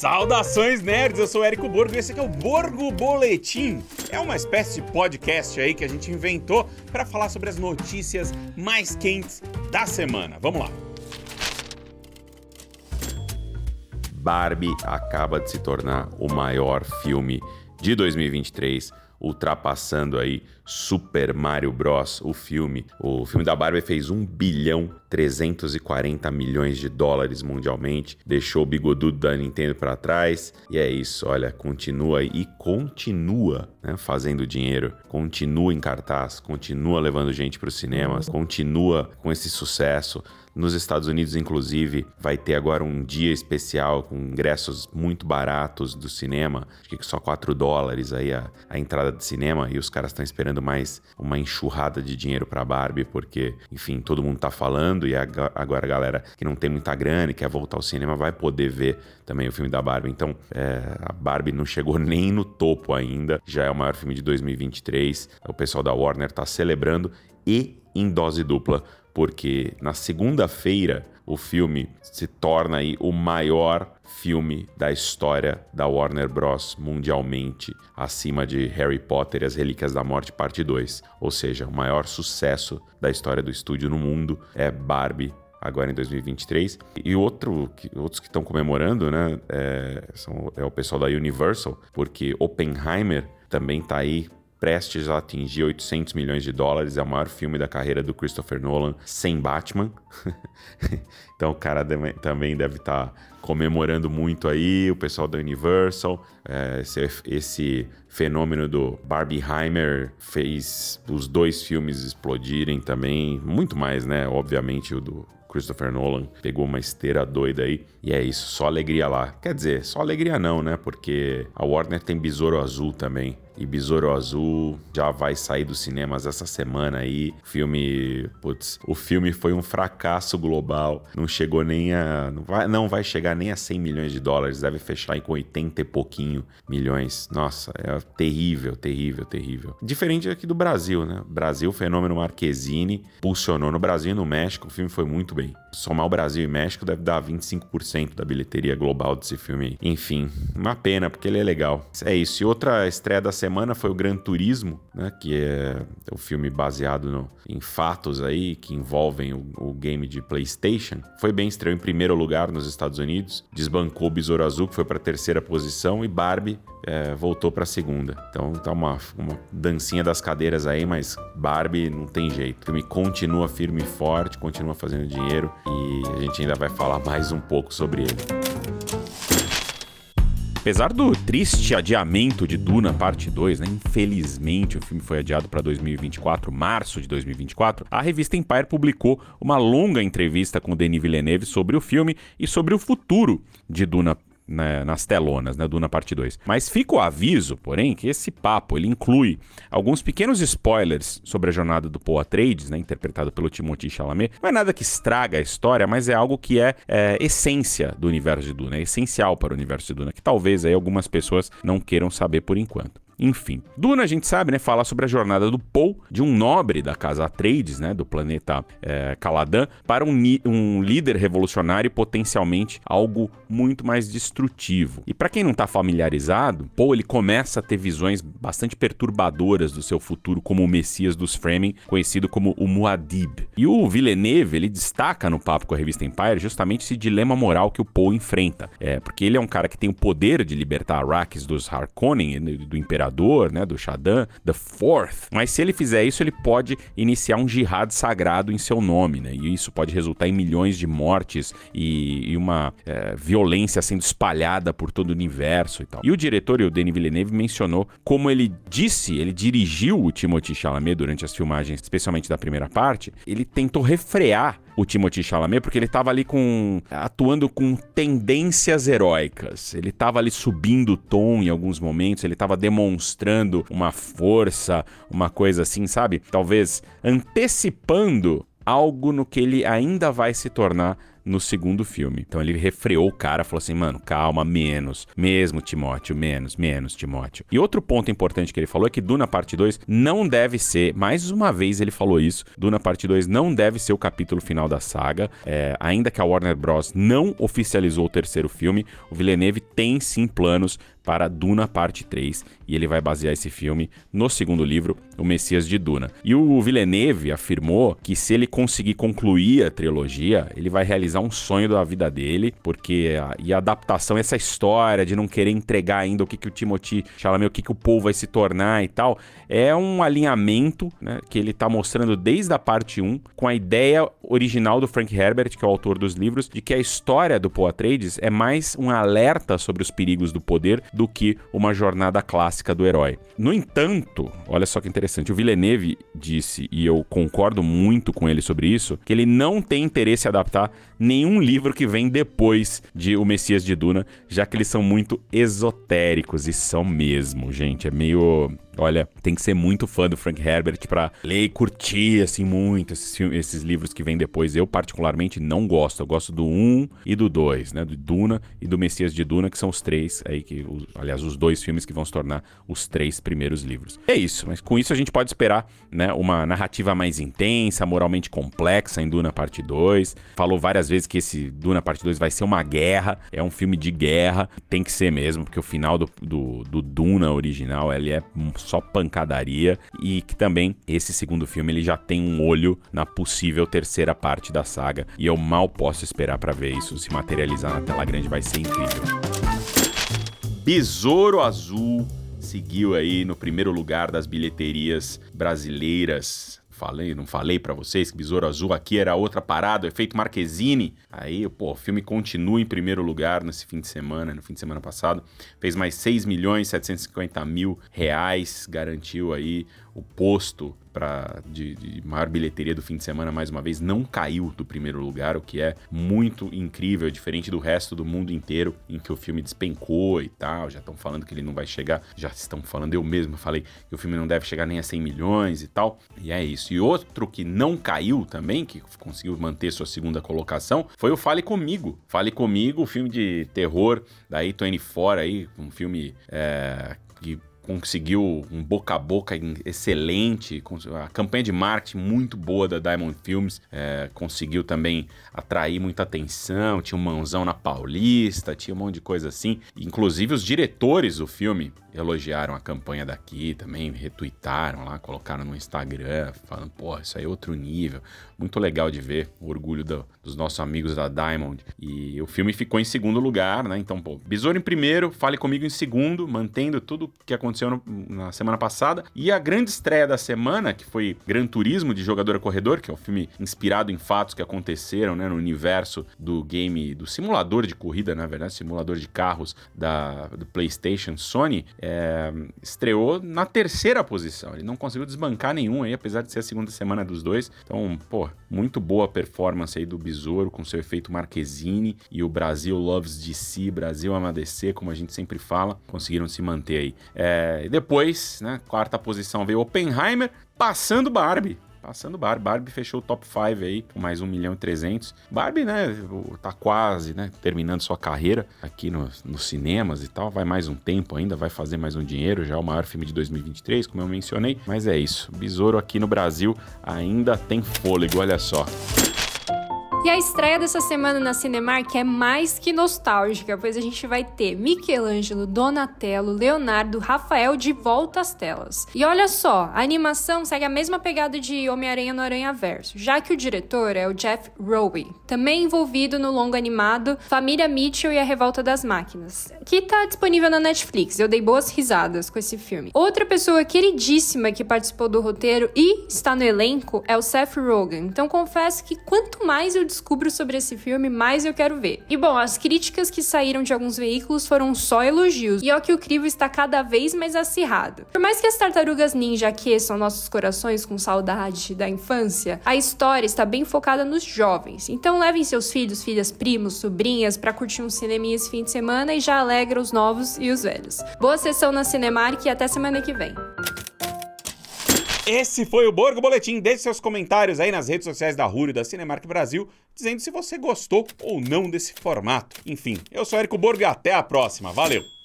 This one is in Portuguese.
Saudações nerds, eu sou o Érico Borgo e esse aqui é o Borgo Boletim. É uma espécie de podcast aí que a gente inventou para falar sobre as notícias mais quentes da semana. Vamos lá. Barbie acaba de se tornar o maior filme de 2023, ultrapassando aí Super Mario Bros, o filme. O filme da Barbie fez 1,340 bilhão de dólares mundialmente, deixou o bigodudo da Nintendo para trás, e é isso, olha, continua e continua, né, fazendo dinheiro, continua em cartaz, continua levando gente para os cinemas, continua com esse sucesso. Nos Estados Unidos, inclusive, vai ter agora um dia especial com ingressos muito baratos do cinema. Acho que só $4 aí a entrada de cinema. E os caras estão esperando mais uma enxurrada de dinheiro pra Barbie, porque, enfim, todo mundo tá falando. E agora a galera que não tem muita grana e quer voltar ao cinema vai poder ver também o filme da Barbie. Então, a Barbie não chegou nem no topo ainda. Já é o maior filme de 2023. O pessoal da Warner tá celebrando e em dose dupla, porque na segunda-feira o filme se torna aí o maior filme da história da Warner Bros. Mundialmente, acima de Harry Potter e as Relíquias da Morte, parte 2. Ou seja, o maior sucesso da história do estúdio no mundo é Barbie, agora em 2023. E outros que estão comemorando, né, é o pessoal da Universal, porque Oppenheimer também está aí prestes a atingir 800 milhões de dólares, é o maior filme da carreira do Christopher Nolan, sem Batman. Então o cara também deve estar comemorando muito aí, o pessoal da Universal. Esse fenômeno do Barbieheimer fez os dois filmes explodirem também, muito mais, né? Obviamente o do Christopher Nolan pegou uma esteira doida aí, e é isso, só alegria lá. Quer dizer, só alegria não, né? Porque a Warner tem Besouro Azul também. E Besouro Azul já vai sair dos cinemas essa semana aí. O filme foi um fracasso global. Não chegou nem a... Não vai chegar nem a 100 milhões de dólares. Deve fechar aí com 80 e pouquinho milhões. Nossa, é terrível, terrível, terrível. Diferente aqui do Brasil, né? Brasil, fenômeno Marquezine, pulsionou no Brasil e no México. O filme foi muito bem. Somar o Brasil e México deve dar 25% da bilheteria global desse filme aí. Enfim, uma pena, porque ele é legal. É isso. E outra estreia da semana foi o Gran Turismo, né, que é o filme baseado em fatos aí que envolvem o game de PlayStation. Foi bem, estreou em primeiro lugar nos Estados Unidos, desbancou o Besouro Azul, que foi para a terceira posição, e Barbie voltou para a segunda. Então tá uma dancinha das cadeiras aí, mas Barbie não tem jeito. O filme continua firme e forte, continua fazendo dinheiro, e a gente ainda vai falar mais um pouco sobre ele. Apesar do triste adiamento de Duna Parte 2, né? Infelizmente o filme foi adiado para 2024, março de 2024, a revista Empire publicou uma longa entrevista com Denis Villeneuve sobre o filme e sobre o futuro de Duna, né, nas telonas, né, Duna Parte 2. Mas fica o aviso, porém, que esse papo ele inclui alguns pequenos spoilers sobre a jornada do Paul Atreides, né, interpretado pelo Timothée Chalamet. Não é nada que estraga a história, mas é algo que é essência do universo de Duna, é essencial para o universo de Duna, que talvez aí algumas pessoas não queiram saber por enquanto. Enfim, Duna, a gente sabe, né, fala sobre a jornada do Paul, de um nobre da casa Atreides, né, do planeta Caladan, para um líder revolucionário e potencialmente algo muito mais destrutivo. E para quem não está familiarizado, Paul ele começa a ter visões bastante perturbadoras do seu futuro como o Messias dos Fremen, conhecido como o Muad'Dib. E o Villeneuve, ele destaca no papo com a revista Empire justamente esse dilema moral que o Paul enfrenta. Porque ele é um cara que tem o poder de libertar Arrakis dos Harkonnen, do Imperador, né, do Shaddam, The Fourth, mas se ele fizer isso, ele pode iniciar um jihad sagrado em seu nome, né, e isso pode resultar em milhões de mortes e uma violência sendo espalhada por todo o universo e tal. E o diretor, o Denis Villeneuve, mencionou como ele dirigiu o Timothée Chalamet durante as filmagens, especialmente da primeira parte, ele tentou refrear o Timothée Chalamet, porque ele estava ali atuando com tendências heróicas. Ele estava ali subindo o tom em alguns momentos, ele estava demonstrando uma força, uma coisa assim, sabe? Talvez antecipando algo no que ele ainda vai se tornar no segundo filme. Então ele refreou o cara, falou assim, mano, calma, menos, mesmo Timóteo, menos Timóteo. E outro ponto importante que ele falou é que Duna Parte 2 não deve ser, mais uma vez ele falou isso, Duna Parte 2 não deve ser o capítulo final da saga, ainda que a Warner Bros. Não oficializou o terceiro filme, o Villeneuve tem sim planos para Duna Parte 3, e ele vai basear esse filme no segundo livro, O Messias de Duna. E o Villeneuve afirmou que se ele conseguir concluir a trilogia, ele vai realizar um sonho da vida dele, porque a adaptação, essa história de não querer entregar ainda o que o Timothée Chalamet, o que o Paul vai se tornar e tal, é um alinhamento, né, que ele tá mostrando desde a parte 1, com a ideia original do Frank Herbert, que é o autor dos livros, de que a história do Paul Atreides é mais um alerta sobre os perigos do poder do que uma jornada clássica do herói. No entanto, olha só que interessante, o Villeneuve disse, e eu concordo muito com ele sobre isso, que ele não tem interesse em adaptar nenhum livro que vem depois de O Messias de Duna, já que eles são muito esotéricos, e são mesmo, gente, é meio... Olha, tem que ser muito fã do Frank Herbert pra ler e curtir, assim, muito esses livros que vêm depois. Eu, particularmente, não gosto. Eu gosto do 1 e do 2, né? Do Duna e do Messias de Duna, que são os três, aí aliás, os dois filmes que vão se tornar os 3 primeiros livros. É isso, mas com isso a gente pode esperar, né, uma narrativa mais intensa, moralmente complexa em Duna Parte 2. Falou várias vezes que esse Duna Parte 2 vai ser uma guerra, é um filme de guerra. Tem que ser mesmo, porque o final do Duna original, ele é só pancadaria, e que também esse segundo filme ele já tem um olho na possível terceira parte da saga, e eu mal posso esperar pra ver isso se materializar na tela grande, vai ser incrível. Besouro Azul seguiu aí no primeiro lugar das bilheterias brasileiras. Não falei pra vocês que Besouro Azul aqui era outra parada, o efeito Marquezine. Aí, o filme continua em primeiro lugar nesse fim de semana, no fim de semana passado. Fez mais 6.750.000 reais, garantiu aí o posto de maior bilheteria do fim de semana, mais uma vez, não caiu do primeiro lugar, o que é muito incrível, diferente do resto do mundo inteiro, em que o filme despencou e tal, já estão falando que ele não vai chegar, já estão falando, eu mesmo falei que o filme não deve chegar nem a 100 milhões e tal, e é isso. E outro que não caiu também, que conseguiu manter sua segunda colocação, foi o Fale Comigo. Fale Comigo, o filme de terror da A24 aí, um filme que conseguiu um boca a boca excelente, a campanha de marketing muito boa da Diamond Films, conseguiu também atrair muita atenção, tinha um mãozão na Paulista, tinha um monte de coisa assim, inclusive os diretores do filme elogiaram a campanha daqui também, retuitaram lá, colocaram no Instagram, falando, pô, isso aí é outro nível, muito legal de ver o orgulho dos nossos amigos da Diamond, e o filme ficou em segundo lugar, né, então, Besouro em primeiro, Fale Comigo em segundo, mantendo tudo que aconteceu na semana passada, e a grande estreia da semana, que foi Gran Turismo de Jogador a Corredor, que é um filme inspirado em fatos que aconteceram, né, no universo do game, do simulador de corrida, na verdade, simulador de carros do PlayStation Sony, estreou na terceira posição. Ele não conseguiu desbancar nenhum aí, apesar de ser a segunda semana dos dois. Então, muito boa performance aí do Besouro com seu efeito Marquezine, e o Brasil loves DC, Brasil ama DC, como a gente sempre fala, conseguiram se manter aí. E depois, né, quarta posição veio Oppenheimer, passando Barbie. Barbie fechou o top 5 aí, com mais 1.300.000. Barbie, né, tá quase, né, terminando sua carreira aqui nos cinemas e tal, vai mais um tempo ainda, vai fazer mais um dinheiro, já é o maior filme de 2023, como eu mencionei, mas é isso, Besouro aqui no Brasil ainda tem fôlego, olha só. E a estreia dessa semana na Cinemark é mais que nostálgica, pois a gente vai ter Michelangelo, Donatello, Leonardo, Rafael de volta às telas. E olha só, a animação segue a mesma pegada de Homem-Aranha no Aranhaverso, já que o diretor é o Jeff Rowe, também envolvido no longa animado Família Mitchell e a Revolta das Máquinas, que tá disponível na Netflix. Eu dei boas risadas com esse filme. Outra pessoa queridíssima que participou do roteiro e está no elenco é o Seth Rogen, então confesso que quanto mais eu descubro sobre esse filme, mais eu quero ver. E bom, as críticas que saíram de alguns veículos foram só elogios, e ó que o crivo está cada vez mais acirrado. Por mais que as Tartarugas Ninja aqueçam nossos corações com saudade da infância, a história está bem focada nos jovens. Então levem seus filhos, filhas, primos, sobrinhas pra curtir um cineminha esse fim de semana e já alegra os novos e os velhos. Boa sessão na Cinemark e até semana que vem. Esse foi o Borgo Boletim. Deixe seus comentários aí nas redes sociais da Hulu e da Cinemark Brasil, dizendo se você gostou ou não desse formato. Enfim, eu sou Érico Borgo e até a próxima. Valeu!